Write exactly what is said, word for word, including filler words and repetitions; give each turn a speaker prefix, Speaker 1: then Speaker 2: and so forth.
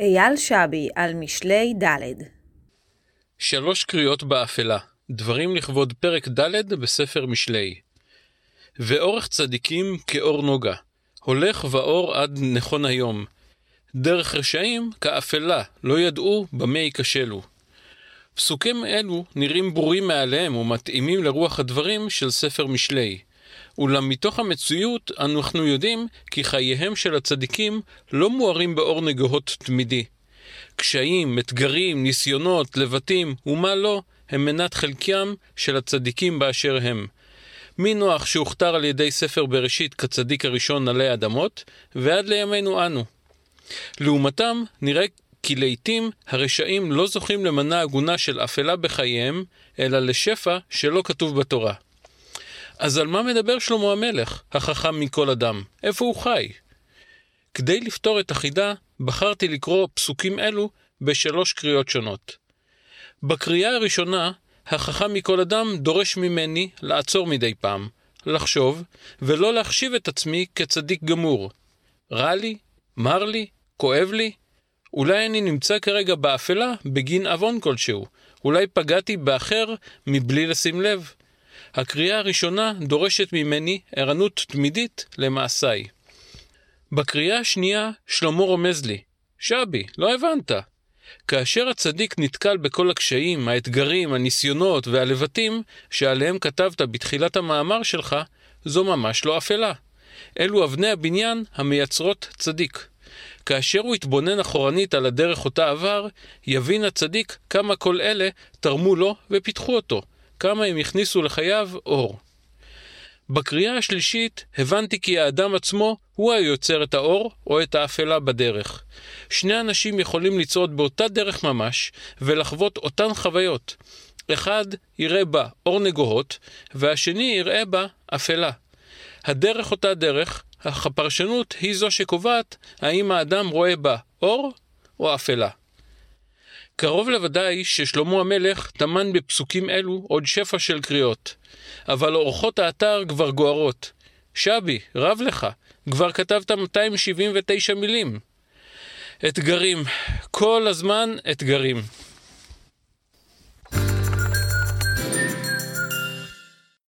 Speaker 1: אייל שבי על משלי ד'.
Speaker 2: שלוש קריאות באפלה, דברים לכבוד פרק ד' בספר משלי. ואורך צדיקים כאור נוגה, הולך ואור עד נכון היום. דרך רשעים כאפלה, לא ידעו במה ייכשלו. פסוקים אלו נראים ברורים מעליהם ומתאימים לרוח הדברים של ספר משלי. אולם מתוך המציאות אנחנו יודעים כי חייהם של הצדיקים לא מוארים באור נגוהות תמידי. קשיים, אתגרים, ניסיונות, לבטים ומה לא הם מנת חלקם של הצדיקים באשר הם. מנוח שהוכתר על ידי ספר בראשית כצדיק הראשון עלי אדמות ועד לימינו אנו. לעומתם נראה כי לעתים הרשעים לא זוכים למנה הגונה של אפלה בחייהם אלא לשפע שלא כתוב בתורה. אז על מה מדבר שלמה המלך, החכם מכל אדם? איפה הוא חי? כדי לפתור את החידה, בחרתי לקרוא פסוקים אלו בשלוש קריאות שונות. בקריאה הראשונה, החכם מכל אדם דורש ממני לעצור מדי פעם, לחשוב, ולא להחשיב את עצמי כצדיק גמור. רע לי? מר לי? כואב לי? אולי אני נמצא כרגע באפלה בגין אבון כלשהו. אולי פגעתי באחר מבלי לשים לב. הקריאה הראשונה דורשת ממני ערנות תמידית למעשיי. בקריאה השנייה שלמה רומז לי, שבי, לא הבנת. כאשר הצדיק נתקל בכל הקשיים, האתגרים, הניסיונות והלבטים שעליהם כתבת בתחילת המאמר שלך, זו ממש לא אפלה. אלו אבני הבניין המייצרות צדיק. כאשר הוא יתבונן אחורנית על הדרך אותה עבר, יבין הצדיק כמה כל אלה תרמו לו ופיתחו אותו. כמה הם הכניסו לחייו אור. בקריאה השלישית הבנתי כי האדם עצמו הוא היוצר את האור או את האפלה בדרך. שני אנשים יכולים לצעוד באותה דרך ממש ולחוות אותן חוויות. אחד יראה בה אור נגוהות והשני יראה בה אפלה. הדרך אותה דרך, אך הפרשנות היא זו שקובעת האם האדם רואה בה אור או אפלה. קרוב לוודאי ששלמה המלך טמן בפסוקים אלו עוד שפע של קריאות, אבל אורחות האתר כבר גוארות. שבי, רב לך, כבר כתבת מאתיים שבעים ותשע מילים. אתגרים, כל הזמן אתגרים.